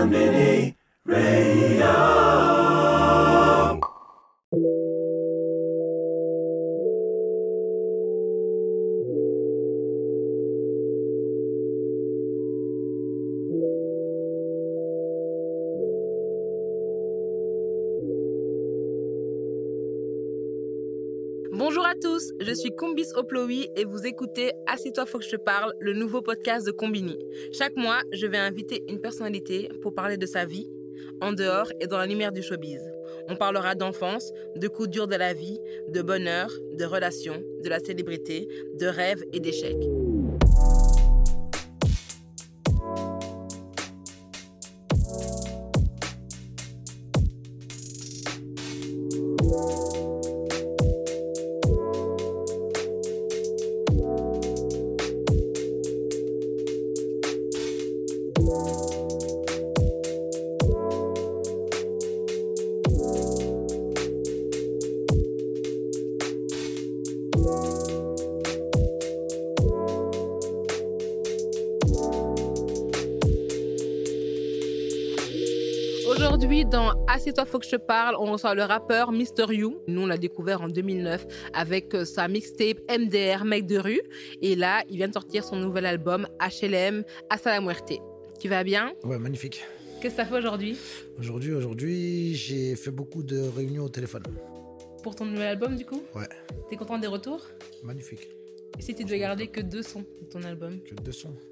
Konbini Radio. Bonjour à tous, je suis Kumbis Oplowi et vous écoutez Assieds-toi, faut que je te parle, le nouveau podcast de Konbini. Chaque mois, je vais inviter une personnalité pour parler de sa vie, en dehors et dans la lumière du showbiz. On parlera d'enfance, de coups durs de la vie, de bonheur, de relations, de la célébrité, de rêves et d'échecs. Aujourd'hui, dans Assieds-toi, faut que je te parle, on reçoit le rappeur Mr. You. Nous, on l'a découvert en 2009 avec sa mixtape MDR, Mec de rue. Et là, il vient de sortir son nouvel album HLM, Hasta la Muerte. Tu vas bien? Ouais, magnifique. Qu'est-ce que ça fait aujourd'hui? Aujourd'hui, j'ai fait beaucoup de réunions au téléphone. Pour ton nouvel album, du coup? Ouais. T'es content des retours? Magnifique. Et si tu devais garder que 2 sons de ton album? Que 2 sons.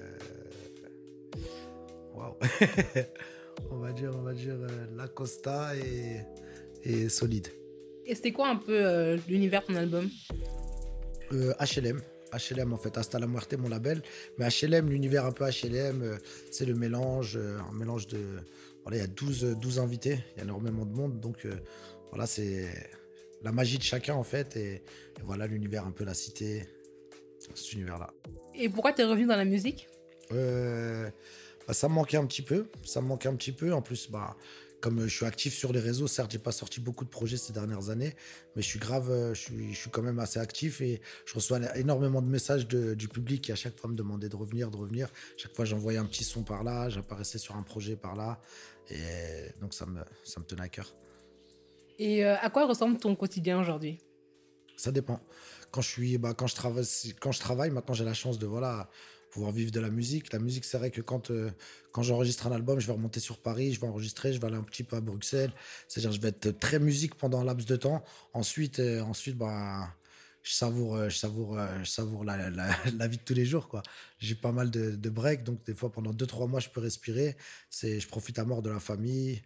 Waouh. on va dire La Costa et Solide. Et c'était quoi un peu l'univers de ton album? HLM en fait, Hasta la Muerte, mon label. Mais HLM, l'univers un peu HLM, c'est le mélange, un mélange de... Voilà, il y a 12 invités, il y a énormément de monde. Donc voilà, c'est la magie de chacun en fait. Et voilà l'univers un peu la cité, cet univers-là. Et pourquoi t'es revenu dans la musique? Ça me manquait un petit peu. En plus, comme je suis actif sur les réseaux, certes, j'ai pas sorti beaucoup de projets ces dernières années, mais je suis quand même assez actif et je reçois énormément de messages du public qui à chaque fois me demandaient de revenir. Chaque fois, j'envoyais un petit son par là, j'apparaissais sur un projet par là, et donc ça me tenait à cœur. Et à quoi ressemble ton quotidien aujourd'hui? Ça dépend. Quand je travaille, maintenant j'ai la chance de pouvoir vivre de la musique. La musique, c'est vrai que quand j'enregistre un album, je vais remonter sur Paris, je vais enregistrer, je vais aller un petit peu à Bruxelles. C'est-à-dire, je vais être très musique pendant un laps de temps. Ensuite, je savoure la vie de tous les jours, quoi. J'ai pas mal de breaks, donc des fois, pendant 2-3 mois, je peux respirer. Je profite à mort de la famille,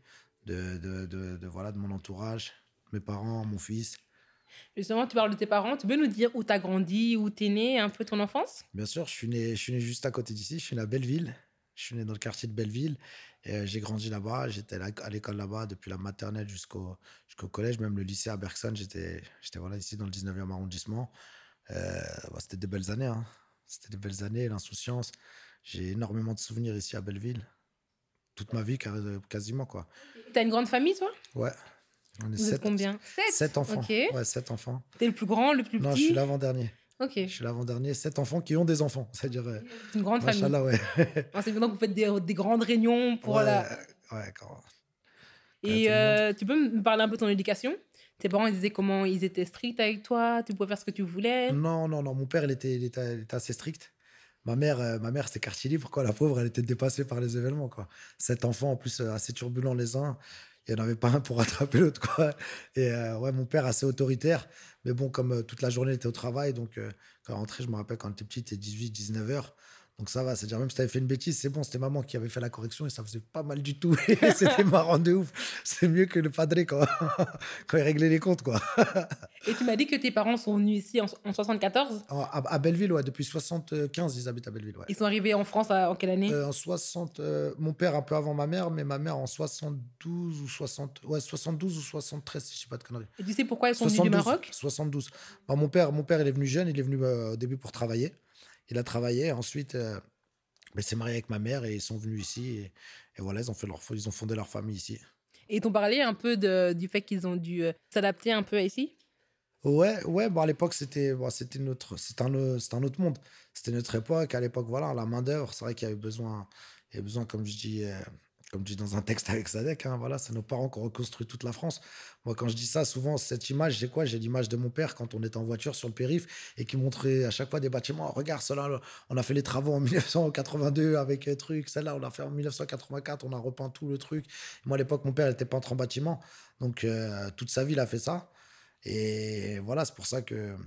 de mon entourage, mes parents, mon fils. Justement, tu parles de tes parents. Tu peux nous dire où tu as grandi, où tu es né, un peu ton enfance? Bien sûr, je suis né juste à côté d'ici. Je suis né à Belleville. Je suis né dans le quartier de Belleville. Et j'ai grandi là-bas. J'étais à l'école là-bas depuis la maternelle jusqu'au collège. Même le lycée à Bergson, j'étais ici dans le 19e arrondissement. C'était des belles années. Hein. C'était des belles années, l'insouciance. J'ai énormément de souvenirs ici à Belleville. Toute ma vie, quasiment, quoi. T'as une grande famille, toi? Ouais. On est Vous êtes combien? 7 enfants. Okay. Ouais, 7 enfants. T'es le plus grand, le plus petit? Non, je suis l'avant-dernier. Ok. Je suis l'avant-dernier. 7 enfants qui ont des enfants. C'est-à-dire... C'est une grande famille. Machallah, ouais. C'est maintenant que vous faites des grandes réunions pour la... Ouais, quand... Et tu peux me parler un peu de ton éducation? Tes parents, ils disaient comment ils étaient stricts avec toi? Tu pouvais faire ce que tu voulais? Non. Mon père, il était assez strict. Ma mère, c'était quartier libre, quoi. La pauvre, elle était dépassée par les événements, quoi. 7 enfants, en plus, assez turbulents les uns. Il n'y en avait pas un pour rattraper l'autre, quoi. Et mon père, assez autoritaire. Mais bon, comme toute la journée, il était au travail. Donc, quand il rentrait, je me rappelle, quand on était petit, c'était 18-19 heures. Donc, ça va. C'est-à-dire, même si tu avais fait une bêtise, c'est bon. C'était maman qui avait fait la correction et ça faisait pas mal du tout. Et c'était marrant de ouf. C'est mieux que le padré quand il réglait les comptes, quoi. Et tu m'as dit que tes parents sont venus ici en 74? À Belleville, ouais. Depuis 75, ils habitent à Belleville, ouais. Ils sont arrivés en France en quelle année? En 60... mon père un peu avant ma mère, mais ma mère en 72 ou 60... Ouais, 72 ou 73, si je dis pas de conneries. Et tu sais pourquoi ils sont venus du Maroc? 72. Mon père, il est venu jeune. Il est venu au début pour travailler. Il a travaillé. Ensuite, il s'est marié avec ma mère et ils sont venus ici. Et voilà, ils ont fondé leur famille ici. Et ils t'ont parlé un peu du fait qu'ils ont dû s'adapter un peu à ici? Ouais, à l'époque, c'était un autre monde. C'était notre époque. À l'époque, voilà, la main-d'œuvre, c'est vrai qu'il y avait besoin, comme comme dit dans un texte avec Sadek, hein, voilà, c'est nos parents qui ont reconstruit toute la France. Moi, quand je dis ça, souvent, cette image, j'ai quoi? J'ai l'image de mon père quand on était en voiture sur le périph' et qui montrait à chaque fois des bâtiments. Regarde, cela, on a fait les travaux en 1982 avec truc. Celle-là, on l'a fait en 1984, on a repeint tout le truc. Moi, à l'époque, mon père était peintre en bâtiment. Donc, toute sa vie, il a fait ça. Et voilà, c'est pour ça que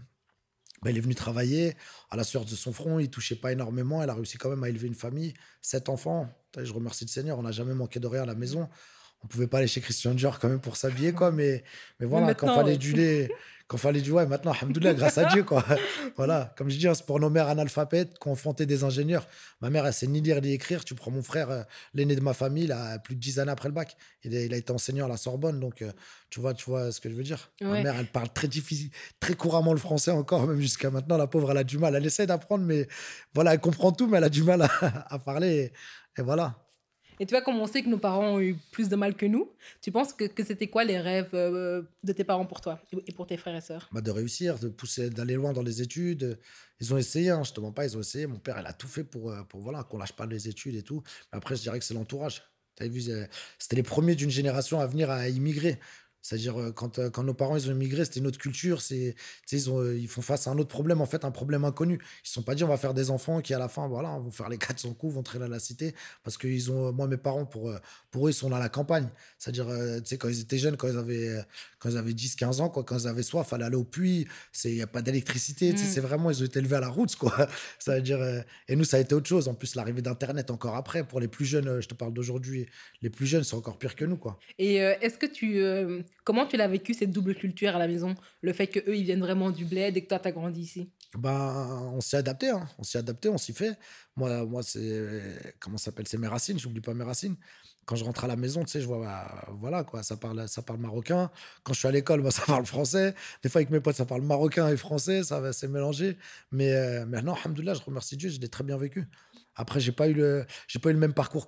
il est venu travailler à la sueur de son front. Il touchait pas énormément. Elle a réussi quand même à élever une famille, 7 enfants. Putain, je remercie le Seigneur. On n'a jamais manqué de rien à la maison. On pouvait pas aller chez Christian Dior quand même pour s'habiller, quoi. Mais Mais voilà, maintenant, ouais. quand fallait du ouais, maintenant, alhamdoulilah, grâce à Dieu, quoi. Voilà, comme je dis, hein, c'est pour nos mères analphabètes qui ont enfanté des ingénieurs. Ma mère, elle sait ni lire ni écrire. Tu prends mon frère, l'aîné de ma famille, il a plus de 10 années après le bac. Il a été enseignant à la Sorbonne, donc tu vois ce que je veux dire. Ma Ouais. mère, elle parle très difficile, très couramment le français encore, même jusqu'à maintenant. La pauvre, elle a du mal. Elle essaie d'apprendre, mais voilà, elle comprend tout, mais elle a du mal à parler. Et voilà. Et tu vois, comme on sait que nos parents ont eu plus de mal que nous, tu penses que c'était quoi les rêves de tes parents pour toi et pour tes frères et sœurs? Bah, de réussir, de pousser, d'aller loin dans les études. Ils ont essayé, hein, je te mens pas, ils ont essayé. Mon père, il a tout fait pour voilà, qu'on lâche pas les études et tout. Mais après, je dirais que c'est l'entourage. T'as vu, c'était les premiers d'une génération à venir à immigrer. C'est-à-dire, quand nos parents ils ont immigré, c'était une autre culture. Tu sais, ils font face à un autre problème, en fait, un problème inconnu. Ils ne se sont pas dit, on va faire des enfants qui, à la fin, voilà, vont faire les 400 coups, vont traîner à la cité. Parce que moi, mes parents, pour eux, ils sont à la campagne. C'est-à-dire, tu sais, quand ils étaient jeunes, quand ils avaient 10, 15 ans, quoi, quand ils avaient soif, fallait aller au puits. Il n'y a pas d'électricité. Tu sais, Mm. c'est vraiment, ils ont été élevés à la route, quoi. Ça veut dire, et nous, ça a été autre chose. En plus, l'arrivée d'Internet encore après, pour les plus jeunes, je te parle d'aujourd'hui, les plus jeunes, c'est encore pire que nous, quoi. Et est-ce que comment tu l'as vécu cette double culture à la maison? Le fait que eux ils viennent vraiment du bled et que toi, t'as grandi ici? Ben, on s'est adapté, hein. On s'est adapté, on s'y fait. Moi comment ça s'appelle? C'est mes racines, j'oublie pas mes racines. Quand je rentre à la maison, tu sais, je vois, bah, voilà, quoi, ça parle marocain. Quand je suis à l'école, bah, ça parle français. Des fois, avec mes potes, ça parle marocain et français, c'est mélangé. Mais non, alhamdoulilah, je remercie Dieu, je l'ai très bien vécu. Après, j'ai pas eu le même parcours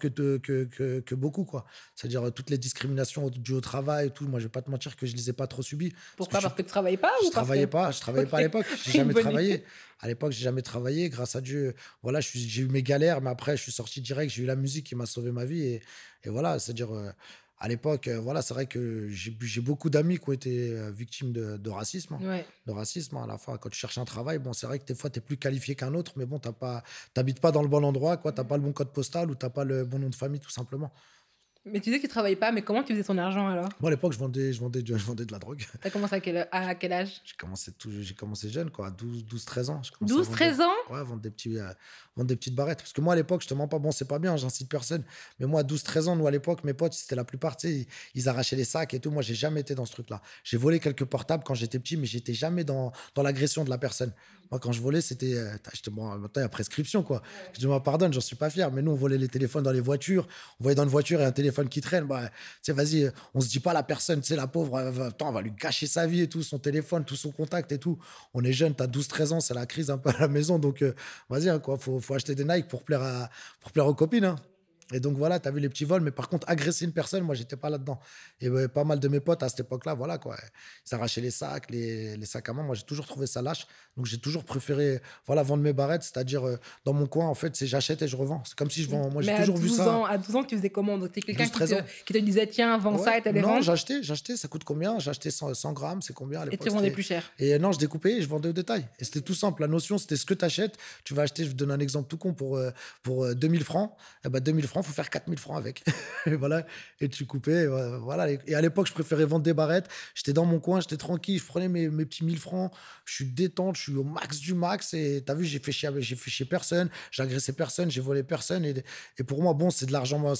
que beaucoup, quoi. C'est-à-dire, toutes les discriminations dues au travail et tout, moi, je vais pas te mentir que je les ai pas trop subies. Parce que Pourquoi? Parce que tu travailles pas je ou parce que... travaillais pas, je travaillais Ok, pas à l'époque. J'ai c'est une jamais bonne idée. travaillé. À l'époque, j'ai jamais travaillé. Grâce à Dieu, voilà, j'ai eu mes galères, mais après, je suis sorti direct. J'ai eu la musique qui m'a sauvé ma vie. Et voilà, c'est-à-dire, à l'époque, voilà, c'est vrai que j'ai beaucoup d'amis qui ont été victimes de racisme, hein. Ouais. De racisme, hein. À la fin, quand tu cherches un travail, bon, c'est vrai que des fois, tu es plus qualifié qu'un autre, mais bon, t'habites pas dans le bon endroit, quoi. T'as pas le bon code postal ou t'as pas le bon nom de famille, tout simplement. Mais tu disais que tu travaillais pas, mais comment tu faisais ton argent alors? Moi, à l'époque, je vendais de la drogue. T'as commencé à quel âge? J'ai commencé jeune, quoi, à 12, 13 ans. J'ai commencé à 12, 13 ans? ouais, vendre des petites barrettes. Parce que moi, à l'époque, je te mens pas, bon, c'est pas bien, j'incite personne. Mais moi, à 12, 13 ans, nous, à l'époque, mes potes, c'était la plupart, tu sais, ils arrachaient les sacs et tout. Moi, j'ai jamais été dans ce truc-là. J'ai volé quelques portables quand j'étais petit, mais j'étais jamais dans l'agression de la personne. Moi, quand je volais, c'était. Bon, maintenant, il y a prescription, quoi. Je demande pardon, j'en suis pas fier. Mais nous, on volait les téléphones dans les voitures. On voyait dans une voiture et un téléphone qui traîne. Bah, tu sais, vas-y, on se dit pas la personne, tu sais, la pauvre, attends, on va lui gâcher sa vie et tout, son téléphone, tout son contact et tout. On est jeune, t'as 12, 13 ans, c'est la crise un peu à la maison. Donc, vas-y, hein, quoi, faut acheter des Nike pour plaire aux copines, hein. Et donc voilà, tu as vu les petits vols, mais par contre, agresser une personne, moi, j'étais pas là-dedans. Et pas mal de mes potes à cette époque-là, voilà quoi. Ils s'arrachaient les sacs, les sacs à main. Moi, j'ai toujours trouvé ça lâche. Donc, j'ai toujours préféré voilà, vendre mes barrettes, c'est-à-dire dans mon coin, en fait, c'est j'achète et je revends. C'est comme si je vends. Moi, Mais j'ai à toujours vu 12 ça. ans, à 12 ans, tu faisais comment? Donc, t'es quelqu'un 12, 13 ans. qui te disait, tiens, vends Ouais. ça et t'allais Non, vendre j'achetais. Ça coûte combien? J'achetais 100 grammes, c'est combien à et tu l'époque? vendais plus cher. Et non, je découpais et je vendais au détail. Et c'était tout simple. La notion, c'était ce que tu achètes. Tu vas acheter, je vais te donne un exemple tout con, pour 2000 francs. Eh ben, 2000 francs, il faut faire 4000 francs avec. Et voilà. Et tu coupais. Voilà. Et à l'époque, je préférais vendre des barrettes. J'étais dans mon coin, j'étais tranquille. Je prenais mes petits 1000 francs. Je suis détente, je suis au max du max. Et tu as vu, j'ai fait chier personne. J'ai agressé personne. J'ai volé personne. Et pour moi, bon, c'est de l'argent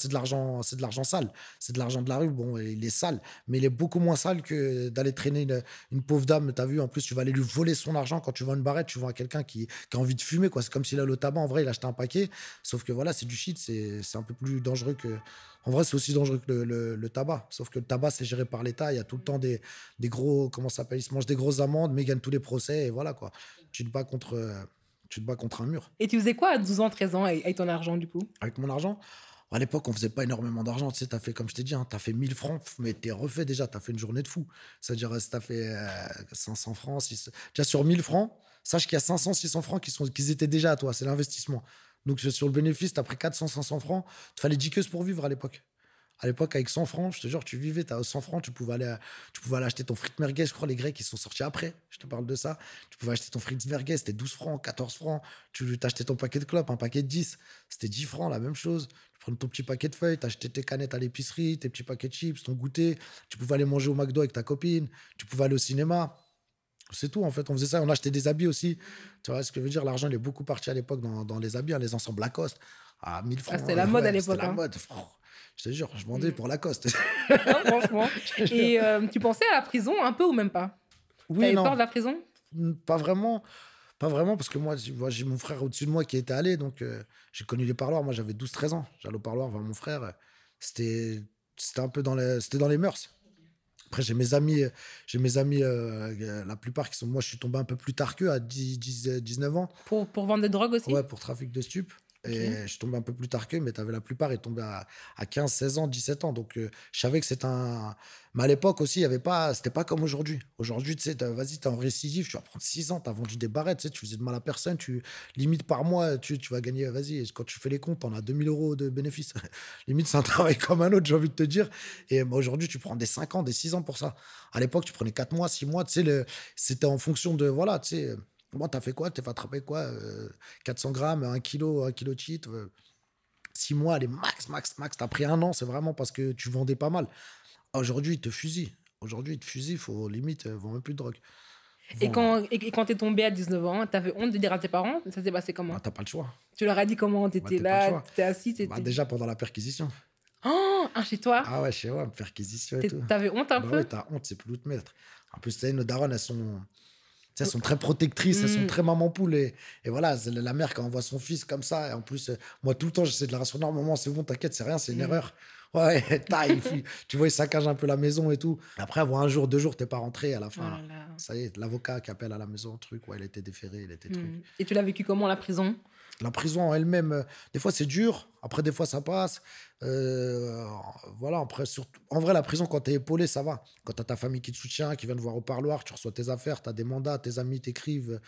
sale. C'est de l'argent de la rue. Bon, il est sale. Mais il est beaucoup moins sale que d'aller traîner une pauvre dame. Tu as vu, en plus, tu vas aller lui voler son argent. Quand tu vends une barrette, tu vends à quelqu'un qui a envie de fumer, quoi. C'est comme s'il a le tabac. En vrai, il a acheté un paquet. Sauf que voilà, c'est du shit. C'est un peu plus dangereux que. En vrai, c'est aussi dangereux que le tabac. Sauf que le tabac, c'est géré par l'État. Il y a tout le temps des gros. Comment ça s'appelle? Ils se mangent des grosses amendes, mais ils gagnent tous les procès. Et voilà, quoi. Tu te bats contre un mur. Et tu faisais quoi à 12 ans, 13 ans avec ton argent, du coup? Avec mon argent, à l'époque, on faisait pas énormément d'argent. Tu sais, t'as fait, comme je t'ai dit, hein, t'as fait 1000 francs, mais t'es refait déjà. T'as fait une journée de fou. C'est-à-dire, si t'as fait 500 francs, déjà sur 1000 francs, sache qu'il y a 500, 600 francs qui étaient déjà à toi. C'est l'investissement. Donc, sur le bénéfice, t'as pris 400, 500 francs. Il fallait 10 queues pour vivre à l'époque. À l'époque, avec 100 francs, je te jure, tu vivais, tu as 100 francs, tu pouvais aller acheter ton frites merguez. Je crois les Grecs, ils sont sortis après. Je te parle de ça. Tu pouvais acheter ton frites merguez, c'était 12 francs, 14 francs. Tu t'achetais ton paquet de clopes, un paquet de 10, c'était 10 francs, la même chose. Tu prenais ton petit paquet de feuilles, t'achetais tes canettes à l'épicerie, tes petits paquets de chips, ton goûter. Tu pouvais aller manger au McDo avec ta copine. Tu pouvais aller au cinéma. C'est tout, en fait. On faisait ça. On achetait des habits aussi. Tu vois ce que je veux dire? L'argent, il est beaucoup parti à l'époque dans les habits, hein, les ensembles Lacoste. À 1000 Ah, francs. c'était la mode à Ouais, c'était l'époque, la hein. mode. Je te jure, je vendais pour Lacoste. Non, franchement. Je te jure. Et tu pensais à la prison un peu ou même pas? Oui, T'avais peur non. de la prison? Pas vraiment. Pas vraiment, parce que moi, j'ai mon frère au-dessus de moi qui était allé. Donc, j'ai connu les parloirs. Moi, j'avais 12 13 ans. J'allais au parloir voir mon frère. C'était, c'était un peu c'était dans les mœurs. Après, j'ai mes amis la plupart qui sont. Moi, je suis tombé un peu plus tard qu'eux, à 19 ans. Pour vendre des drogues aussi? Ouais, pour trafic de stupes. Ok. Et je suis tombé un peu plus tard qu'eux, mais t'avais la plupart, ils tombaient à 15, 16 ans, 17 ans. Donc, je savais que c'était un. Mais à l'époque aussi, il y avait pas. C'était pas comme aujourd'hui. Aujourd'hui, tu sais, vas-y, t'es en récidive, tu vas prendre 6 ans, t'as vendu des barrettes, tu sais, tu faisais de mal à personne, limite par mois, tu vas gagner, vas-y, quand tu fais les comptes, t'en as 2 000 € de bénéfices. Limite, c'est un travail comme un autre, j'ai envie de te dire. Et aujourd'hui, tu prends des 5 ans, des 6 ans pour ça. À l'époque, tu prenais 4 mois, 6 mois, tu sais, c'était en fonction de. Voilà, tu sais. Moi, t'as fait quoi? T'es fait attraper quoi? 400 grammes, 1 kilo de shit. 6 mois, allez, max, max, max. T'as pris 1 an, c'est vraiment parce que tu vendais pas mal. Aujourd'hui, ils te fusillent. Aujourd'hui, ils te fusillent, faut limite, vend même plus de drogue. Et Vend- quand t'es tombé à 19 ans, t'avais honte de dire à tes parents? Ça s'est passé comment? Bah, t'as pas le choix. Tu leur as dit comment? Bah, T'étais t'as pas le là, choix. t'étais assis, Bah, t'étais... déjà pendant la perquisition. Oh, un chez toi? Ah ouais, chez moi, perquisition et tout. T'avais honte un Bah peu? ouais, t'as honte, c'est plus où te mettre. En plus, tu sais, nos darons, tu sais, elles sont très protectrices, elles sont Hmm. très maman poule. Et voilà, c'est la mère, quand on voit son fils comme ça, et en plus, moi, tout le temps, j'essaie de la rassurer. Non, maman, c'est bon, t'inquiète, c'est rien, c'est une erreur. Ouais, taille, tu vois, il saccage un peu la maison et tout. Après, avoir 1 jour, 2 jours, t'es pas rentré à la Oh fin. là là. Ça y est, l'avocat qui appelle à la maison, truc, ouais, il était déféré, il était truc. Et tu l'as vécu comment, la prison? La prison en elle-même, des fois c'est dur, après des fois ça passe. Euh, voilà, après, surtout, en vrai, la prison, quand t'es épaulé, ça va. Quand t'as ta famille qui te soutient, qui vient te voir au parloir, tu reçois tes affaires, t'as des mandats, tes amis t'écrivent,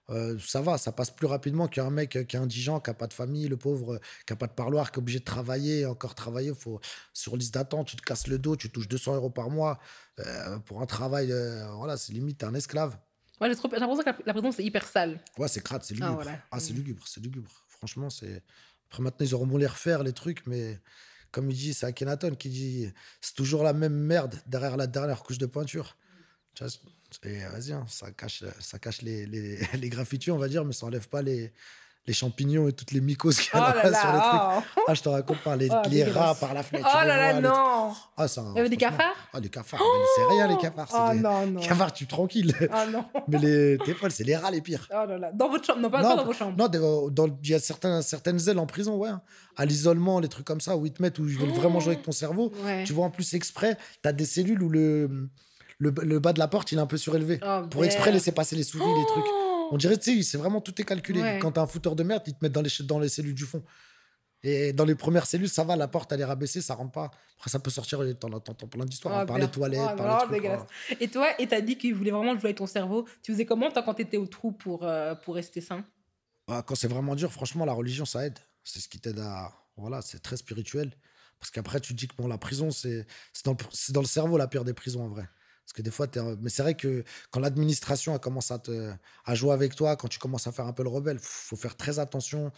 ça va, ça passe plus rapidement qu'un mec qui est indigent, qui a pas de famille, le pauvre, qui a pas de parloir, qui est obligé de travailler, encore travailler, sur liste d'attente, tu te casses le dos, tu touches 200 € par mois pour un travail, voilà, c'est limite, t'es un esclave. Moi, j'ai l'impression que la prison, c'est hyper sale. Ouais, c'est crade, c'est Ah, lugubre. voilà. Ah, c'est lugubre, c'est lugubre. Franchement, c'est. Après, maintenant, ils auront beau les refaire, les trucs, mais comme il dit, c'est Akhenaton qui dit c'est toujours la même merde derrière la dernière couche de peinture. Tu vois, et vas-y, hein, ça cache les graffitis, on va dire, mais ça enlève pas les champignons et toutes les mycoses qu'il y Oh a là sur les trucs. là, oh, Ah, je te raconte pas, les oh, rats dégueulasse. par la fenêtre, Oh tu les là là, vois. non. Ah, Il y avait des franchement. cafards? Ah, les cafards, mais c'est rien, les cafards. Oh Les non, non. cafards, tu es tranquille. Oh non. Mais t'es folle, c'est les rats les pires. Oh là là. Dans votre chambre? Non, pas Non, dans vos chambres. non, il y a certaines ailes en prison, ouais, hein. À l'isolement, les trucs comme ça, où ils te mettent, où ils veulent vraiment jouer avec ton cerveau. Ouais. Tu vois, en plus, exprès, tu as des cellules où le bas de la porte, il est un peu surélevé. Oh, Pour exprès merde. laisser passer les souris, les trucs. On dirait, tu sais, c'est vraiment tout est calculé. Ouais. Quand t'as un fouteur de merde, ils te mettent dans les cellules du fond. Et dans les premières cellules, ça va, la porte, elle est rabaissée, ça rentre pas. Après, ça peut sortir, t'entends plein d'histoires, hein, Oh, par les merde. toilettes, Oh, par non, les trucs. dégueulasse. Et toi, et t'as dit qu'il voulait vraiment jouer avec ton cerveau. Tu faisais comment, toi, quand t'étais au trou pour rester sain? Ah, quand c'est vraiment dur, franchement, la religion, ça aide. C'est ce qui t'aide à. Voilà, c'est très spirituel. Parce qu'après, tu te dis que bon, la prison, c'est dans le cerveau la pire des prisons, en vrai. Parce que des fois, mais c'est vrai que quand l'administration elle commence à jouer avec toi, quand tu commences à faire un peu le rebelle, faut faire très attention.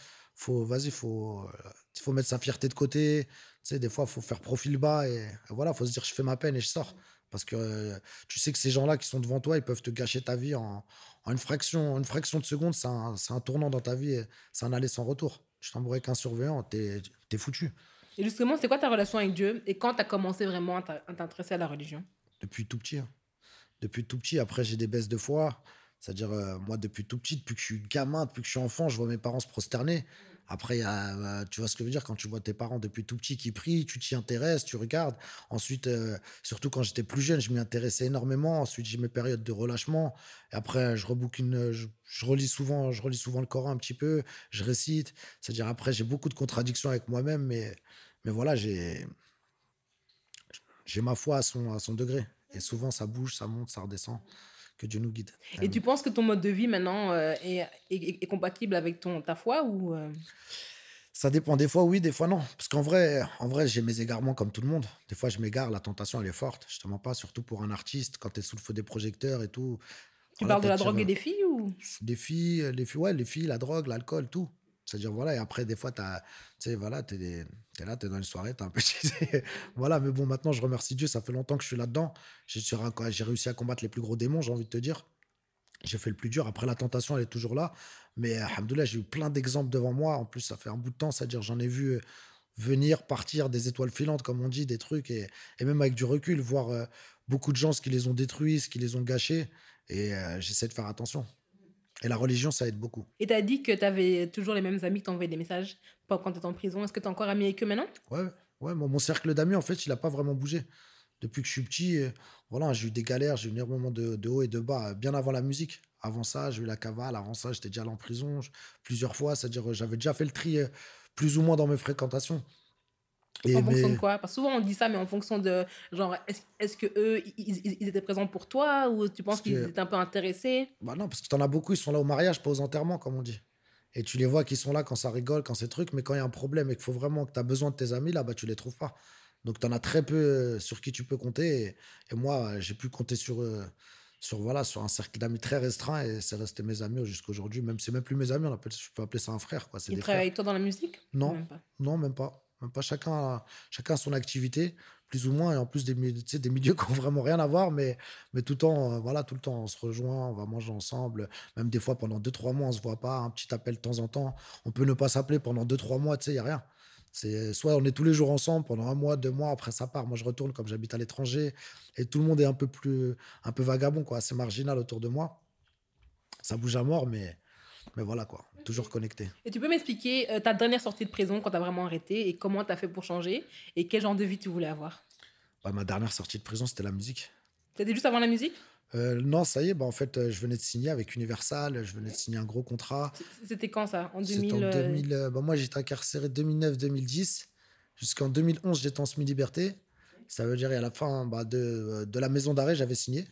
Faut mettre sa fierté de côté. Tu sais, des fois, faut faire profil bas et voilà, faut se dire, je fais ma peine et je sors. Parce que tu sais que ces gens-là qui sont devant toi, ils peuvent te gâcher ta vie en une fraction de seconde. C'est un tournant dans ta vie et c'est un aller sans retour. Tu t'embrouilles avec un surveillant, t'es foutu. Et justement, c'est quoi ta relation avec Dieu? Et quand t'as commencé vraiment à t'intéresser à la religion? Depuis tout petit, hein. Depuis tout petit. Après, j'ai des baisses de foi. C'est-à-dire, moi, depuis tout petit, depuis que je suis gamin, depuis que je suis enfant, je vois mes parents se prosterner. Après, tu vois ce que je veux dire, quand tu vois tes parents depuis tout petit qui prient, tu t'y intéresses, tu regardes. Ensuite, surtout quand j'étais plus jeune, je m'y intéressais énormément. Ensuite, j'ai mes périodes de relâchement. Et après, je relis souvent le Coran un petit peu, je récite. C'est-à-dire, après, j'ai beaucoup de contradictions avec moi-même, mais voilà, j'ai ma foi à son degré. Et souvent, ça bouge, ça monte, ça redescend. Que Dieu nous guide. Et tu penses que ton mode de vie maintenant est compatible avec ta foi ou Ça dépend. Des fois, oui, des fois, non. Parce qu'en vrai, j'ai mes égarements comme tout le monde. Des fois, je m'égare. La tentation, elle est forte. Je te mens pas. Surtout pour un artiste, quand tu es sous le feu des projecteurs et tout. Tu Voilà, parles de la t'attires drogue et des filles ou? ouais, les filles, la drogue, l'alcool, tout. C'est-à-dire, voilà. Et après, des fois, tu sais, voilà, t'es là, t'es dans une soirée, t'es un peu cheesé. Voilà. Mais bon, maintenant, je remercie Dieu. Ça fait longtemps que je suis là-dedans. J'ai réussi à combattre les plus gros démons, j'ai envie de te dire. J'ai fait le plus dur. Après, la tentation, elle est toujours là. Mais, alhamdoulilah, j'ai eu plein d'exemples devant moi. En plus, ça fait un bout de temps. C'est-à-dire, j'en ai vu venir, partir des étoiles filantes, comme on dit, des trucs. Et même avec du recul, voir beaucoup de gens, ce qui les ont détruits, ce qui les ont gâchés. Et j'essaie de faire attention. Et la religion, ça aide beaucoup. Et t'as dit que t'avais toujours les mêmes amis qui t'envoyaient des messages quand t'étais en prison. Est-ce que t'es encore ami avec eux maintenant? Ouais, ouais, mon cercle d'amis, en fait, il n'a pas vraiment bougé. Depuis que je suis petit, voilà, j'ai eu des galères, j'ai eu énormément de hauts et de bas, bien avant la musique. Avant ça, j'ai eu la cavale. Avant ça, j'étais déjà allé en prison plusieurs fois. C'est-à-dire, j'avais déjà fait le tri plus ou moins dans mes fréquentations. Et En fonction de mais, quoi? Parce que souvent on dit ça, mais en fonction de genre, est-ce que eux, ils étaient présents pour toi ou tu penses parce qu'ils que, étaient un peu intéressés? bah non, parce que t'en as beaucoup, ils sont là au mariage, pas aux enterrements, comme on dit. Et tu les vois qui sont là quand ça rigole, quand c'est truc, mais quand il y a un problème et qu'il faut vraiment que tu as besoin de tes amis, là, bah, tu les trouves pas. Donc, tu en as très peu sur qui tu peux compter. Et moi, j'ai pu compter voilà, sur un cercle d'amis très restreint et c'est resté mes amis jusqu'à aujourd'hui. Même, c'est même plus mes amis, je peux appeler ça un frère, quoi. C'est Ils des travaillent frères. avec toi dans la musique? Ou Non, même pas? non, même pas. Même pas. Chacun a son activité, plus ou moins, et en plus tu sais, des milieux qui ont vraiment rien à voir, mais tout le temps, voilà, tout le temps, on se rejoint, on va manger ensemble. Même des fois, pendant 2 3 mois, on se voit pas, un petit appel de temps en temps. On peut ne pas s'appeler pendant 2 3 mois, tu sais, il y a rien. C'est soit on est tous les jours ensemble pendant 1 mois, 2 mois, après ça part. Moi, je retourne comme j'habite à l'étranger et tout le monde est un peu vagabond, quoi, assez marginal autour de moi. Ça bouge à mort, mais voilà, quoi, toujours connecté. Et tu peux m'expliquer ta dernière sortie de prison quand t'as vraiment arrêté et comment t'as fait pour changer et quel genre de vie tu voulais avoir? Bah, ma dernière sortie de prison, c'était la musique. C'était juste avant la musique? Non, ça y est, bah, en fait, je venais de signer avec Universal, je venais de signer un gros contrat. C'était quand ça? En C'était en 2000 2000, bah, moi, j'étais incarcéré 2009-2010. Jusqu'en 2011, j'étais en semi-liberté. Ça veut dire, à la fin bah, de la maison d'arrêt, j'avais signé.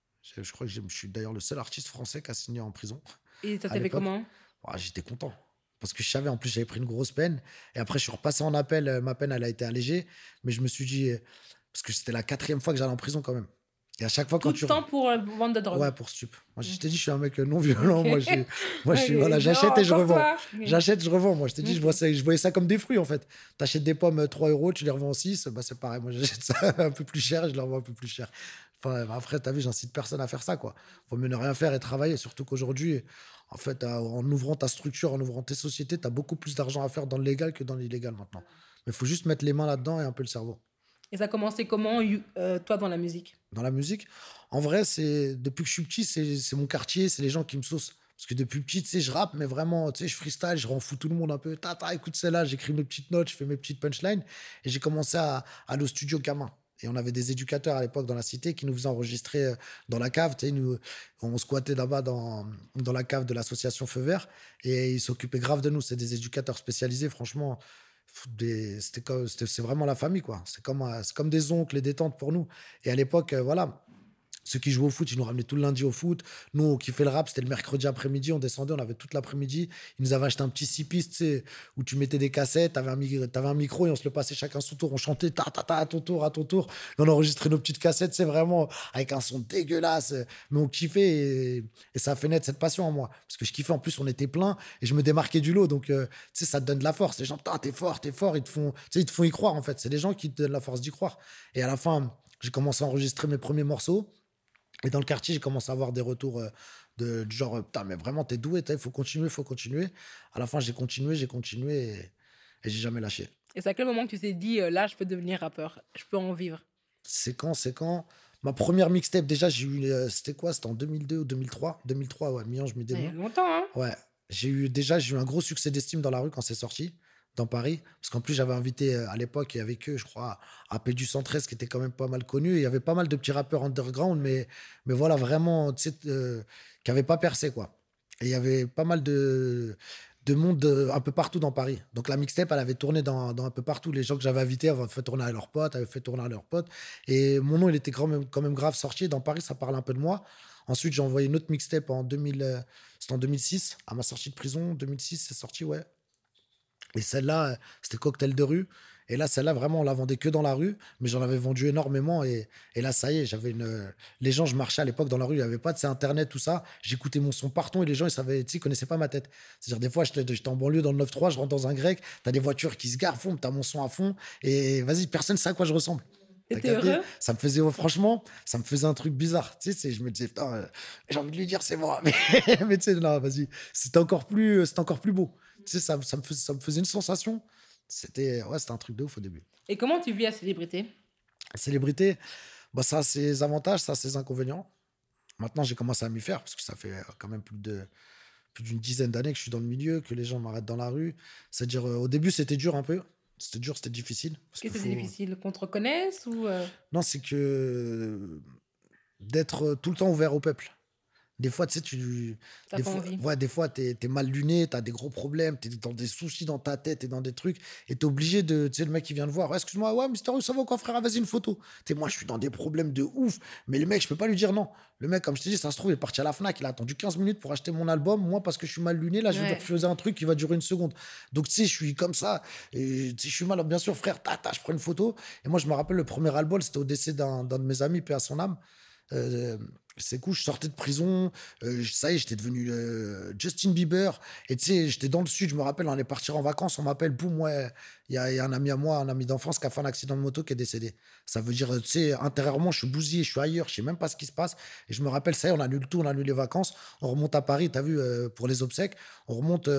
Je crois que je suis d'ailleurs le seul artiste français qui a signé en prison et ça à s'est fait l'époque. comment? Ah, j'étais content. Parce que je savais, en plus, j'avais pris une grosse peine. Et après, je suis repassé en appel. Ma peine, elle a été allégée. Mais je me suis dit, parce que c'était la 4e fois que j'allais en prison quand même. Et à chaque fois, Tout quand le temps pour vente de drogue. Ouais, pour stup. Moi, je Ok. t'ai dit, je suis un mec non violent. Ok. Moi, je suis, voilà, Ok. Non, j'achète et je encore revends. toi. Ok. J'achète, je revends. Moi, je t'ai dit, Ok. je voyais ça comme des fruits, en fait. T'achètes des pommes 3 euros, tu les revends 6, bah, c'est pareil. Moi, j'achète ça un peu plus cher et je les revends un peu plus cher. Enfin, après, t'as vu, j'incite personne à faire ça, quoi. Faut mieux ne rien faire et travailler. Surtout qu'aujourd'hui, en fait, en ouvrant ta structure, en ouvrant tes sociétés, t'as beaucoup plus d'argent à faire dans le légal que dans l'illégal maintenant. Mais il faut juste mettre les mains là-dedans et un peu le cerveau. Et ça a commencé comment, toi, dans la musique? Dans la musique. En vrai, depuis que je suis petit, c'est mon quartier, c'est les gens qui me saucent. Parce que depuis petit, tu sais, je rappe, mais vraiment, tu sais, je freestyle, je rends fou tout le monde un peu. Tata, écoute celle-là, j'écris mes petites notes, je fais mes petites punchlines. Et j'ai commencé à aller au studio gamin. Et on avait des éducateurs à l'époque dans la cité qui nous faisaient enregistrer dans la cave. Tu sais, on squattait là-bas dans la cave de l'association Feu Vert. Et ils s'occupaient grave de nous. C'est des éducateurs spécialisés, franchement. C'est vraiment la famille, quoi. C'est comme des oncles et des tantes pour nous. Et à l'époque, voilà, ceux qui jouaient au foot, ils nous ramenaient tout le lundi au foot. Nous, on kiffait le rap, c'était le mercredi après-midi, on descendait, on avait toute l'après-midi. Ils nous avaient acheté un petit 6 pistes, tu sais, où tu mettais des cassettes, t'avais un micro et on se le passait chacun son tour. On chantait ta ta ta à ton tour, à ton tour. Et on enregistrait nos petites cassettes, c'est vraiment avec un son dégueulasse. Mais on kiffait et ça a fait naître cette passion en moi. Parce que je kiffais, en plus, on était plein et je me démarquais du lot. Donc, tu sais, ça te donne de la force. Les gens, putain, t'es fort, t'es fort. Ils te font y croire, en fait. C'est les gens qui te donnent la force d'y croire. Et à la fin, j'ai commencé à enregistrer mes premiers morceaux. Et dans le quartier, j'ai commencé à avoir des retours du genre, putain, mais vraiment, t'es doué, il faut continuer, il faut continuer. À la fin, j'ai continué et j'ai jamais lâché. Et c'est à quel moment que tu t'es dit, là, je peux devenir rappeur, je peux en vivre? C'est quand ma première mixtape, déjà, j'ai eu, c'était quoi? C'était en 2002 ou 2003? 2003, ouais, Miange, mes Il y démons. a longtemps, hein? Ouais, j'ai eu un gros succès d'estime dans la rue quand c'est sorti, dans Paris. Parce qu'en plus, j'avais invité à l'époque, et avec eux, je crois, AP du 113, qui était quand même pas mal connu. Et il y avait pas mal de petits rappeurs underground, mais voilà, vraiment, tu sais, qui n'avaient pas percé, quoi. Et il y avait pas mal de monde un peu partout dans Paris. Donc la mixtape, elle avait tourné dans un peu partout. Les gens que j'avais invités avaient fait tourner à leurs potes, avaient fait tourner à leurs potes. Et mon nom, il était quand même grave sorti. Dans Paris, ça parle un peu de moi. Ensuite, j'ai envoyé une autre mixtape c'était en 2006, à ma sortie de prison. 2006, c'est sorti, ouais. Et celle-là, c'était cocktail de rue. Et là, celle-là, vraiment, on la vendait que dans la rue, mais j'en avais vendu énormément. Et là, ça y est, j'avais une. Les gens, je marchais à l'époque dans la rue, il n'y avait pas de Internet, tout ça. J'écoutais mon son partout et les gens, ils savaient, tu sais, ils connaissaient pas ma tête. C'est-à-dire, des fois, j'étais en banlieue dans le 9-3, je rentre dans un grec, t'as des voitures qui se garent, fond, t'as mon son à fond. Et vas-y, personne ne sait à quoi je ressemble. T'as T'étais capté? heureux? Ça me faisait, franchement, ça me faisait un truc bizarre. Tu sais, je me disais, putain, j'ai envie de lui dire, c'est moi. Mais tu sais, non, vas-y, c'était encore plus beau. Tu sais, ça me faisait une sensation. C'était un truc de ouf au début. Et comment tu vis la célébrité? La célébrité, bah, ça a ses avantages, ça a ses inconvénients. Maintenant, j'ai commencé à m'y faire parce que ça fait quand même plus d'une dizaine d'années que je suis dans le milieu, que les gens m'arrêtent dans la rue. C'est-à-dire, au début, c'était dur un peu. C'était dur, c'était difficile. Parce Qu'est-ce qu'il que c'est faut... difficile qu'on te reconnaisse ou Non, c'est que d'être tout le temps ouvert au peuple. Des fois, tu sais, t'as pas envie? ouais, des fois, t'es mal luné, t'as des gros problèmes, t'es dans des soucis dans ta tête, t'es dans des trucs, et t'es obligé de, tu sais, le mec qui vient te voir, ouais, excuse-moi, ouais, Mister, ça va quoi, frère, ah, vas-y, une photo. Tu sais, moi, je suis dans des problèmes de ouf, mais le mec, je peux pas lui dire non. Le mec, comme je t'ai dit, ça se trouve, il est parti à la Fnac, il a attendu 15 minutes pour acheter mon album. Moi, parce que je suis mal luné, là, je veux dire, Ouais. faisais un truc qui va durer une seconde. Donc, tu sais, je suis comme ça, et tu sais, je suis mal, bien sûr, frère, tata, je prends une photo. Et moi, je me rappelle, le premier album, c'était au décès d'un de mes amis, paix à son âme. Euh, c'est cool, je sortais de prison, ça y est, j'étais devenu Justin Bieber. Et tu sais, j'étais dans le sud, je me rappelle, on allait partir en vacances, on m'appelle, boum, ouais, il y a un ami à moi, un ami d'enfance qui a fait un accident de moto qui est décédé. Ça veut dire, tu sais, intérieurement, je suis bousillé, je suis ailleurs, je sais même pas ce qui se passe. Et je me rappelle, ça y est, on annule tout, on annule les vacances, on remonte à Paris, t'as vu, pour les obsèques, on remonte.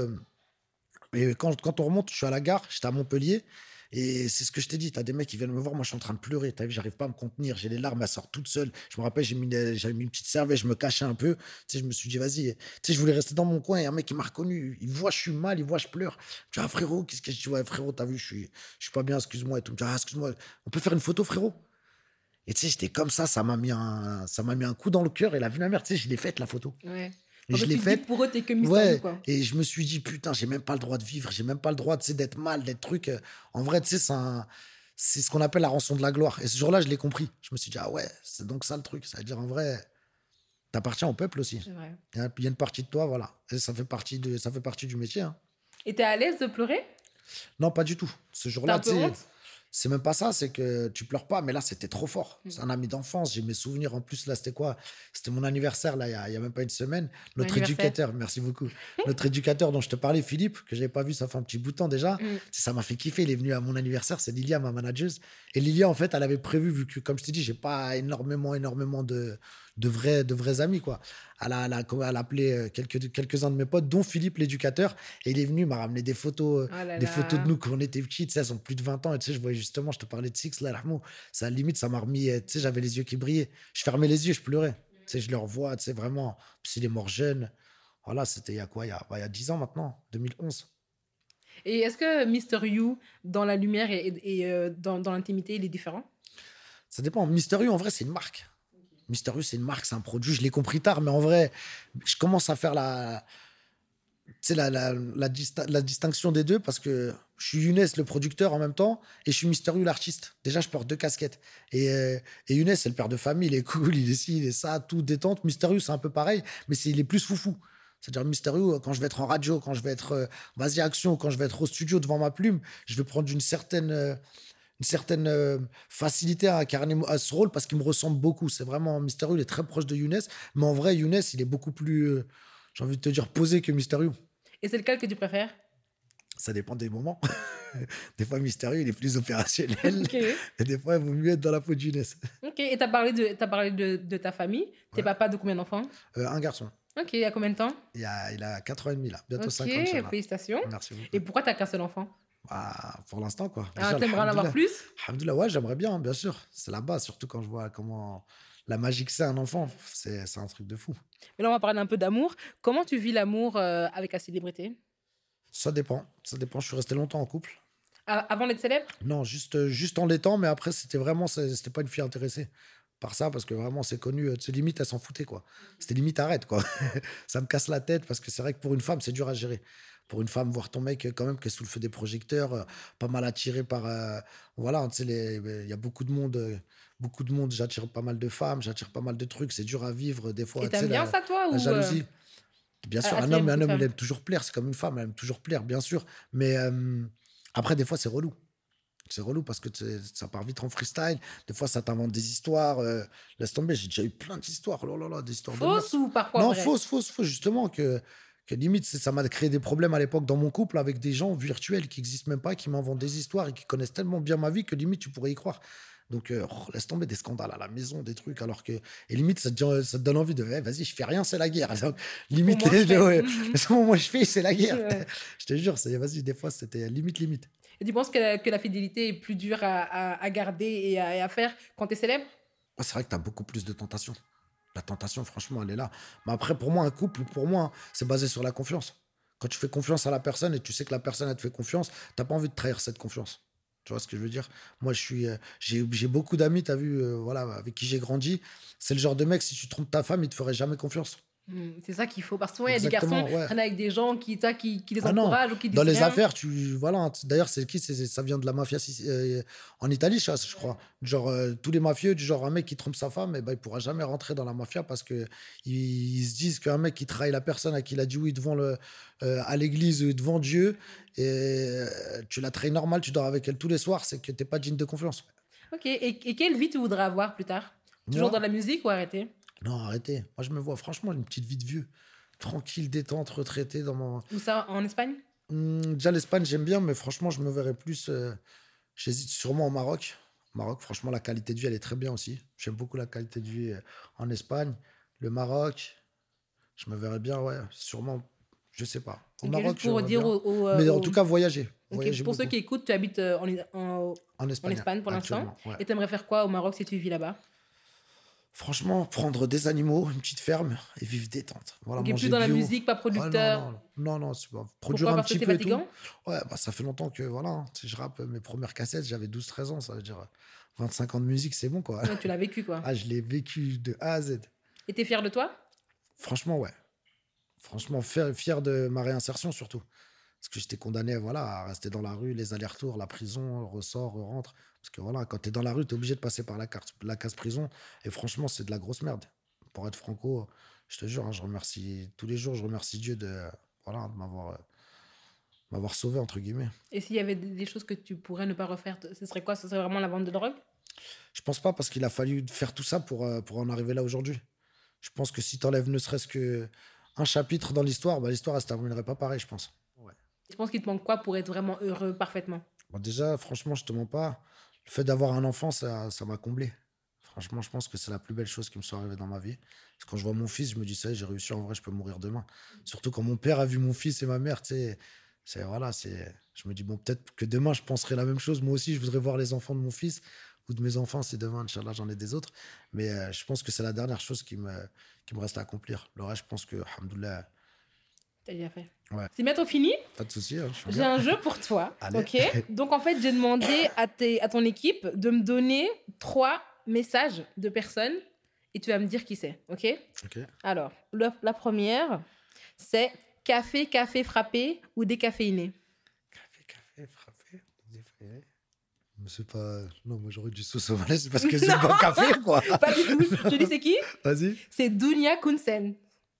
Et quand on remonte, je suis à la gare, j'étais à Montpellier. Et c'est ce que je t'ai dit, t'as des mecs qui viennent me voir, moi je suis en train de pleurer, t'as vu, j'arrive pas à me contenir, j'ai les larmes, elles sortent toutes seules. Je me rappelle, j'avais mis une petite serviette, je me cachais un peu, tu sais, je me suis dit, vas-y, tu sais, je voulais rester dans mon coin, et un mec qui m'a reconnu, il voit, je suis mal, il voit, je pleure. Tu dis, ah frérot, qu'est-ce que je dis, ouais, frérot, t'as vu, je suis pas bien, excuse-moi, et tout. Il me dit, ah, excuse-moi, on peut faire une photo, frérot? Et tu sais, j'étais comme ça ça m'a mis un coup dans le cœur, et la vie de ma mère, tu sais, je l'ai faite, la photo. Ouais. Et En je fait, l'ai tu te dis faite. que pour eux, t'es que mystérieux, Ouais, quoi. et je me suis dit, putain, j'ai même pas le droit de vivre, j'ai même pas le droit, tu sais, d'être mal, d'être truc. En vrai, tu sais, c'est ce qu'on appelle la rançon de la gloire. Et ce jour-là, je l'ai compris. Je me suis dit, ah ouais, c'est donc ça le truc. Ça veut dire, en vrai, t'appartiens au peuple aussi. C'est vrai. Il y a une partie de toi, voilà. Et ça fait partie du métier, hein. Et t'es à l'aise de pleurer? Non, pas du tout. Ce T'as jour-là, un tu peu sais, honte? c'est même pas ça, c'est que tu pleures pas, mais là, c'était trop fort. C'est un ami d'enfance, j'ai mes souvenirs. En plus, là, c'était quoi? C'était mon anniversaire, là, il y a même pas une semaine. Bon Notre anniversaire. éducateur, merci beaucoup. Notre éducateur dont je te parlais, Philippe, que j'avais pas vu, ça fait un petit bout de temps déjà. Mm. Ça m'a fait kiffer. Il est venu à mon anniversaire, c'est Lilia, ma manageuse. Et Lilia, en fait, elle avait prévu, vu que, comme je t'ai dit, j'ai pas énormément de vrais amis, quoi. Elle a appelé quelques-uns de mes potes, dont Philippe, l'éducateur. Et il est venu, il m'a ramené Oh là des photos de là. nous quand on était petits, tu sais, elles ont plus de 20 ans. Et tu sais, je voyais justement, je te parlais de Six, là, Rahmou, ça, limite, ça m'a remis, tu sais, j'avais les yeux qui brillaient. Je fermais les yeux, je pleurais. Tu sais, je le revois, tu sais, vraiment. Puis il est mort jeune. Voilà, c'était il y a quoi? Il y a 10 ans maintenant, 2011. Et est-ce que Mister You, dans la lumière et dans l'intimité, il est différent? Ça dépend. Mystérieux, en vrai, c'est une marque. Mystérieux, c'est une marque, c'est un produit. Je l'ai compris tard, mais en vrai, je commence à faire tu sais, la distinction des deux parce que je suis Younes, le producteur en même temps, et je suis Mystérieux, l'artiste. Déjà, je porte deux casquettes. Et Younes, c'est le père de famille, il est cool, il est ci, il est ça, tout détente. Mystérieux, c'est un peu pareil, mais il est plus foufou. C'est-à-dire, Mystérieux, quand je vais être en radio, quand je vais être Vas-y Action, quand je vais être au studio devant ma plume, je vais prendre une certaine facilité à incarner à ce rôle parce qu'il me ressemble beaucoup. C'est vraiment Mystérieux, il est très proche de Younes, mais en vrai, Younes, il est beaucoup plus, j'ai envie de te dire, posé que Mystérieux. Et c'est lequel que tu préfères? Ça dépend des moments. Des fois, Mystérieux, il est plus opérationnel. Ok. Et des fois, il vaut mieux être dans la peau de Younes. Ok. Et t'as parlé de ta famille. T'es Ouais. papa de combien d'enfants? Un garçon. Ok. Il y a combien de temps? Il a 4 ans et demi, là. Bientôt Ok. 5 ans, Inch'Allah. Félicitations. Merci beaucoup. Et pourquoi t'as qu'un seul enfant? Bah, pour l'instant, quoi. Ah, Déjà, t'aimerais en avoir alhamdoulilah. plus? Alhamdoulilah, ouais, j'aimerais bien, bien sûr. C'est la base, surtout quand je vois comment la magie que c'est un enfant. C'est un truc de fou. Mais là, on va parler un peu d'amour. Comment tu vis l'amour avec la célébrité? Ça dépend. Ça dépend. Je suis resté longtemps en couple. Avant d'être célèbre? Non, juste en l'étant, mais après, c'était pas une fille intéressée par ça, parce que vraiment, c'est connu. Tu sais, limite, elle s'en foutait, quoi. C'était limite, arrête, quoi. Ça me casse la tête, parce que c'est vrai que pour une femme, c'est dur à gérer. Pour une femme, voir ton mec, quand même, qui est sous le feu des projecteurs, pas mal attiré par. Voilà, tu sais, il y a beaucoup de monde. Beaucoup de monde, j'attire pas mal de femmes, j'attire pas mal de trucs, c'est dur à vivre des fois. Et Tu sais, t'aimes bien ça, toi? la Ou jalousie. Bien sûr, attirer beaucoup de il femmes. aime toujours plaire. C'est comme une femme, elle aime toujours plaire, bien sûr. Mais après, des fois, c'est relou. C'est relou parce que ça part vite en freestyle. Des fois, ça t'invente des histoires. Laisse tomber, j'ai déjà eu plein d'histoires. Oh là là, des histoires de Fausse meurtre. ou parfois Non, vraie? fausse, justement. Que limite, ça m'a créé des problèmes à l'époque dans mon couple avec des gens virtuels qui n'existent même pas, qui m'inventent des histoires et qui connaissent tellement bien ma vie que limite, tu pourrais y croire. Donc, laisse tomber des scandales à la maison, des trucs. Alors que, et limite, ça te donne envie de, eh, vas-y, je fais rien, c'est la guerre. Donc, Au limite, moins, je fais. ouais, Mhm. mais moi, je fais, c'est la guerre. Ouais. Je te jure, vas-y, des fois, c'était limite, limite. Et tu penses que la fidélité est plus dure à garder et à faire quand tu es célèbre? Ouais, c'est vrai que tu as beaucoup plus de tentation. La tentation, franchement, elle est là. Mais après, pour moi, un couple, pour moi, c'est basé sur la confiance. Quand tu fais confiance à la personne et tu sais que la personne, elle te fait confiance, t'as pas envie de trahir cette confiance. Tu vois ce que je veux dire? Moi, j'ai beaucoup d'amis, tu as vu, voilà, avec qui j'ai grandi. C'est le genre de mec, si tu trompes ta femme, il te ferait jamais confiance. C'est ça qu'il faut. Parce que souvent, il y a des garçons Exactement, qui ouais. traînent avec des gens qui les Ah non, encouragent ou qui dans disent les rien. affaires, voilà. D'ailleurs, c'est qui? Ça vient de la mafia en Italie, ça, je crois. Genre, tous les mafieux, du genre, un mec qui trompe sa femme, et ben, il pourra jamais rentrer dans la mafia parce que ils se disent qu'un mec qui trahit la personne à qui il a dit oui devant à l'église ou devant Dieu, et tu la trahis normal, tu dors avec elle tous les soirs, c'est que t'es pas digne de confiance. Ok. Et quelle vie tu voudrais avoir plus tard? Toujours Moi, dans la musique ou arrêter? non, arrêtez. Moi, je me vois franchement une petite vie de vieux. Tranquille, détente, retraité dans mon. Ou ça en Espagne? Déjà, l'Espagne, j'aime bien, mais franchement, je me verrais plus. J'hésite sûrement au Maroc. Au Maroc, franchement, la qualité de vie, elle est très bien aussi. J'aime beaucoup la qualité de vie en Espagne. Le Maroc, je me verrais bien, ouais, sûrement, je sais pas. Au Ok, Maroc, juste pour j'aimerais dire bien. Mais en tout cas, voyager. ok, Voyager pour ceux beaucoup. qui écoutent, tu habites En en Espagne, Espagne pour l'instant. actuellement, ouais. Et tu aimerais faire quoi au Maroc si tu vis là-bas? Franchement, prendre des animaux, une petite ferme et vivre détente. Voilà, Ok, plus manger dans la bio. musique, pas Ah non, producteur. non, non, non, c'est pas. Produire Pourquoi? un Parce que petit c'est peu et tout. fatigant? Ouais, bah, ça fait longtemps que, voilà, hein, si je rappe mes premières cassettes, j'avais 12 13 ans, ça veut dire 25 ans de musique, c'est bon, quoi. Ouais, tu l'as vécu, quoi. Ah, je l'ai vécu de A à Z. Et t'es fier de toi? Franchement, ouais. Franchement, fier de ma réinsertion, surtout. Parce que j'étais condamné, voilà, à rester dans la rue, les allers-retours, la prison, ressort, rentre. Parce que voilà, quand t'es dans la rue, t'es obligé de passer par la case prison. Et franchement, c'est de la grosse merde. Pour être franco, je te jure, hein, je remercie tous les jours, je remercie Dieu voilà, de m'avoir sauvé, entre guillemets. Et s'il y avait des choses que tu pourrais ne pas refaire, ce serait quoi? Ce serait vraiment la vente de drogue? Je pense pas parce qu'il a fallu faire tout ça pour en arriver là aujourd'hui. Je pense que si t'enlèves ne serait-ce que un chapitre dans l'histoire, bah, l'histoire, elle se terminerait pas pareil, je pense. Ouais. Je pense qu'il te manque quoi pour être vraiment heureux parfaitement? Bon, déjà, franchement, je te mens pas. Le fait d'avoir un enfant, ça m'a comblé. Franchement, je pense que c'est la plus belle chose qui me soit arrivée dans ma vie. Parce que quand je vois mon fils, je me dis, ça y est, j'ai réussi, en vrai, je peux mourir demain. Surtout quand mon père a vu mon fils et ma mère, tu sais, voilà, je me dis, bon, peut-être que demain, je penserai la même chose. Moi aussi, je voudrais voir les enfants de mon fils ou de mes enfants si demain, Inch'Allah, j'en ai des autres. Mais je pense que c'est la dernière chose qui me reste à accomplir. Le reste, je pense que, alhamdoulilah, T'as déjà fait. ouais, C'est bientôt fini. pas de souci, hein, je suis J'ai bien. un jeu pour toi. Allez. Ok. Donc en fait, j'ai demandé à ton équipe de me donner 3 messages de personnes et tu vas me dire qui c'est. Ok. Ok. Alors, la première, c'est café, café frappé ou décaféiné. Café, frappé, défrayé. Mais c'est pas. Non, moi j'aurais du sauce au malaise, c'est parce que c'est pas café, quoi. Pas du tout. Je te dis c'est qui? Vas-y. C'est Dunia Kunsen.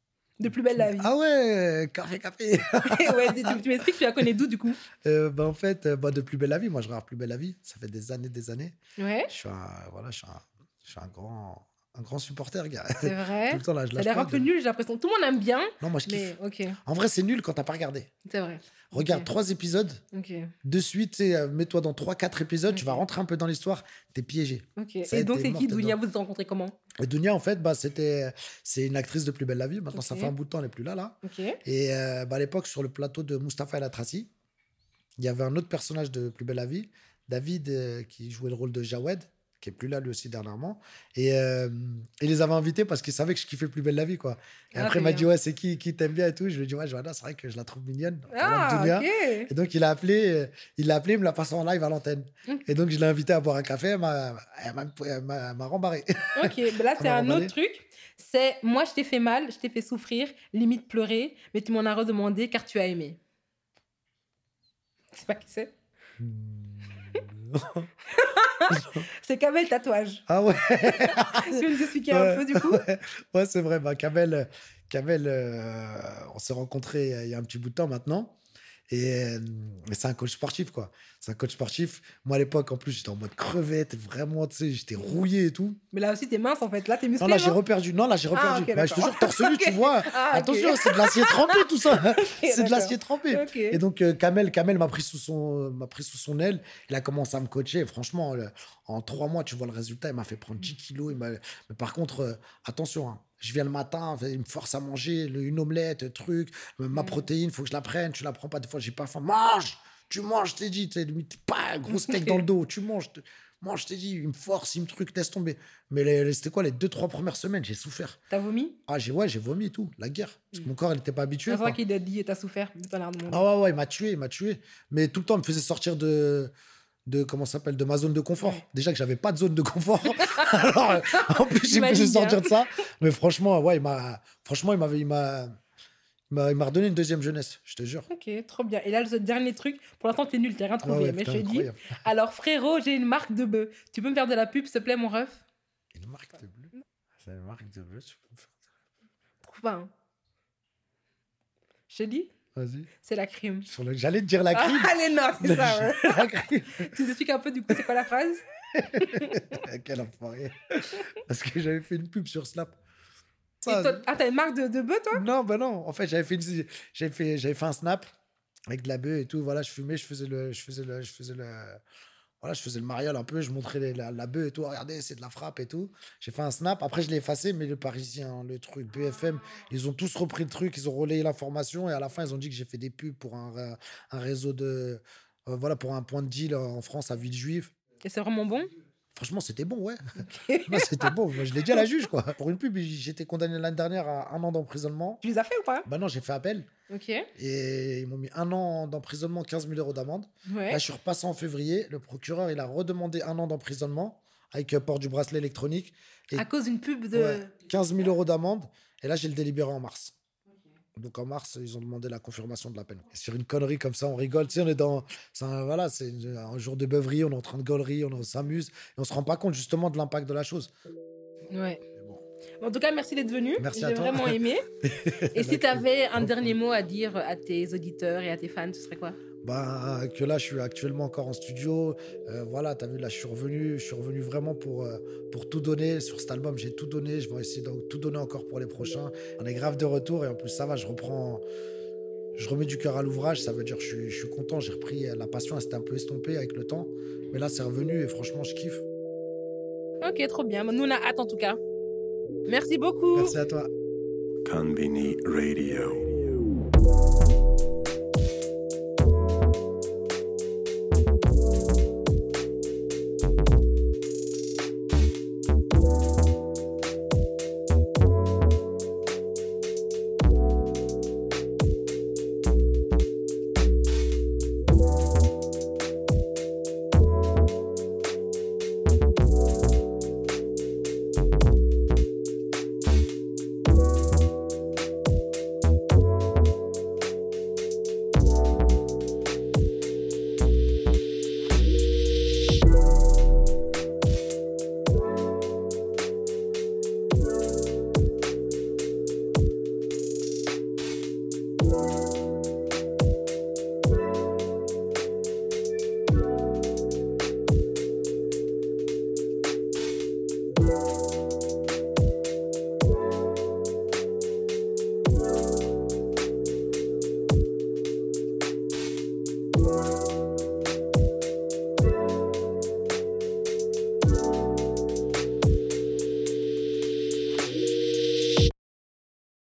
De Plus belle la vie. Ah ouais, café. Ouais, tu m'expliques, tu la connais d'où du coup? En fait, de Plus belle la vie, moi je regarde Plus belle la vie. Ça fait des années, des années. Ouais. Voilà, je suis un grand supporter, gars. C'est vrai. Tout le temps là, je Ça a lâche l'air pas un peu nul, j'ai l'impression. Tout le monde aime bien. Non, moi je kiffe. Mais ok, En vrai, c'est nul quand t'as pas regardé. c'est vrai. Regarde Ok. 3 épisodes Ok. de suite, mets-toi dans 3-4 épisodes, tu vas rentrer un peu dans l'histoire, t'es piégé. Ok. Ça a Et donc été c'est qui morte Dunia? dedans. Vous vous êtes rencontrés comment? Et Dunia, en fait, c'est une actrice de Plus belle la vie. Maintenant, ça Ok. fait un bout de temps, elle n'est plus là. Ok. Et à l'époque, sur le plateau de Mustapha El Atrassi, il y avait un autre personnage de Plus belle la vie, David, qui jouait le rôle de Jawed, qui est plus là lui aussi dernièrement. Et il les avait invités parce qu'il savait que je kiffais Plus belle la vie, quoi. Et Ah, après, il c'est m'a bien. dit, ouais, c'est qui t'aime bien et tout. Je lui ai dit, ouais, Johanna, c'est vrai que je la trouve mignonne. Ah, Dunia. ok. Et donc, il l'a appelé, il me l'a passé en live à l'antenne. Et donc, je l'ai invité à boire un café, elle m'a rembarré. Ok, ben là, Ça c'est m'a un remballé. autre truc. C'est moi, je t'ai fait mal, je t'ai fait souffrir, limite pleurer, mais tu m'en as redemandé car tu as aimé. Tu sais pas qui c'est? C'est Kamel Tatouage. Ah ouais. Tu veux nous expliquer un peu, du coup? Ouais, c'est vrai. Bah, Kamel, on s'est rencontrés il y a un petit bout de temps maintenant. Et c'est un coach sportif, quoi. C'est un coach sportif. Moi, à l'époque, en plus, j'étais en mode crevette. Vraiment, tu sais, j'étais rouillé et tout. Mais là aussi, t'es mince, en fait. Là, t'es musclé, Non, là, j'ai reperdu. Non, là, j'ai reperdu. ok, Bah, je te d'accord. jure, torse nu, tu vois. Ah, ok. Attention, c'est de l'acier trempé, tout ça. C'est de d'accord. l'acier trempé. Ok. Et donc, Kamel m'a pris sous son aile. Il a commencé à me coacher. Et franchement, en 3 mois, tu vois le résultat. Il m'a fait prendre 10 kilos. Mais par contre, attention, hein, je viens le matin, il me force à manger une omelette, truc. Ma protéine, il faut que je la prenne. Tu la prends pas. Des fois, j'ai pas faim. Mange! Tu manges, je t'ai dit. Tu sais, limite, pas un gros steak dans le dos. Tu manges. Mange, je t'ai dit. Il me force, il me truc, laisse tomber. Mais c'était quoi, les 2-3 premières semaines, j'ai souffert. T'as vomi? Ah, j'ai vomi et tout, la guerre. Parce que mon corps, il n'était pas habitué. C'est quoi. vrai qu'il a dit, t'as souffert. T'as l'air de mon... Ah ouais, il m'a tué. Mais tout le temps, il me faisait sortir de comment ça s'appelle, de ma zone de confort. Ouais. Déjà que j'avais pas de zone de confort. Alors, en plus, il me faisait J'imagine sortir bien. de ça. Mais franchement, ouais, il m'a redonné une deuxième jeunesse, je te jure. Ok, trop bien. Et là, le dernier truc, pour l'instant, t'es nul, t'as rien trouvé. Ouais, mais putain, je te dis, incroyable. alors frérot, j'ai une marque de bœuf. Tu peux me faire de la pub, s'il te plaît, mon ref? Une marque de bleu. C'est une marque de bleu, tu peux me faire. Trouve pas, hein. Je te dis, Vas-y. c'est la crime. J'allais te dire la crime. Ah, allez, non, c'est ça, ouais. La crime. Tu nous expliques un peu, du coup, c'est quoi la phrase? Quel enfoiré. Parce que j'avais fait une pub sur Snap. Et toi, t'as une marque de bœuf, toi? Non, ben non. En fait, j'avais fait un snap avec de la bœuf et tout. Voilà, je fumais, je faisais le mariole un peu. Je montrais la bœuf et tout. Regardez, c'est de la frappe et tout. J'ai fait un snap. Après, je l'ai effacé, mais le Parisien, le truc, BFM, ils ont tous repris le truc. Ils ont relayé l'information et à la fin, ils ont dit que j'ai fait des pubs pour un réseau de. Voilà, pour un point de deal en France à Villejuif. Et c'est vraiment bon? Franchement, c'était bon, ouais. Non, c'était bon. Moi, je l'ai dit à la juge, quoi. Pour une pub, j'ai été condamné l'année dernière à 1 an d'emprisonnement. Tu les as fait ou pas? Bah non, j'ai fait appel. Ok. Et ils m'ont mis 1 an d'emprisonnement, 15 000 euros d'amende. Ouais. Là, je suis repassé en février. Le procureur, il a redemandé 1 an d'emprisonnement avec port du bracelet électronique. Et À cause d'une pub de... ouais, 15 000 euros d'amende. Et là, j'ai le délibéré en mars. Donc en mars, ils ont demandé la confirmation de la peine. Et sur une connerie comme ça, on rigole. Tu sais, on est dans. Voilà, c'est un jour de beuverie, on est en train de gaulerie, on s'amuse. Et on se rend pas compte justement de l'impact de la chose. Ouais. Mais bon. En tout cas, merci d'être venu. Merci à J'ai toi. vraiment aimé. Et si tu avais un dernier mot à dire à tes auditeurs et à tes fans, ce serait quoi? Bah, que là, je suis actuellement encore en studio. Voilà, t'as vu, là, je suis revenu vraiment pour tout donner. Sur cet album, j'ai tout donné. Je vais essayer de tout donner encore pour les prochains. On est grave de retour et en plus, ça va, je remets du cœur à l'ouvrage. Ça veut dire que je suis content. J'ai repris la passion, elle s'était un peu estompée avec le temps. Mais là, c'est revenu et franchement, je kiffe. Ok, trop bien. Nous, on a hâte en tout cas. Merci beaucoup. Merci à toi. Konbini Radio.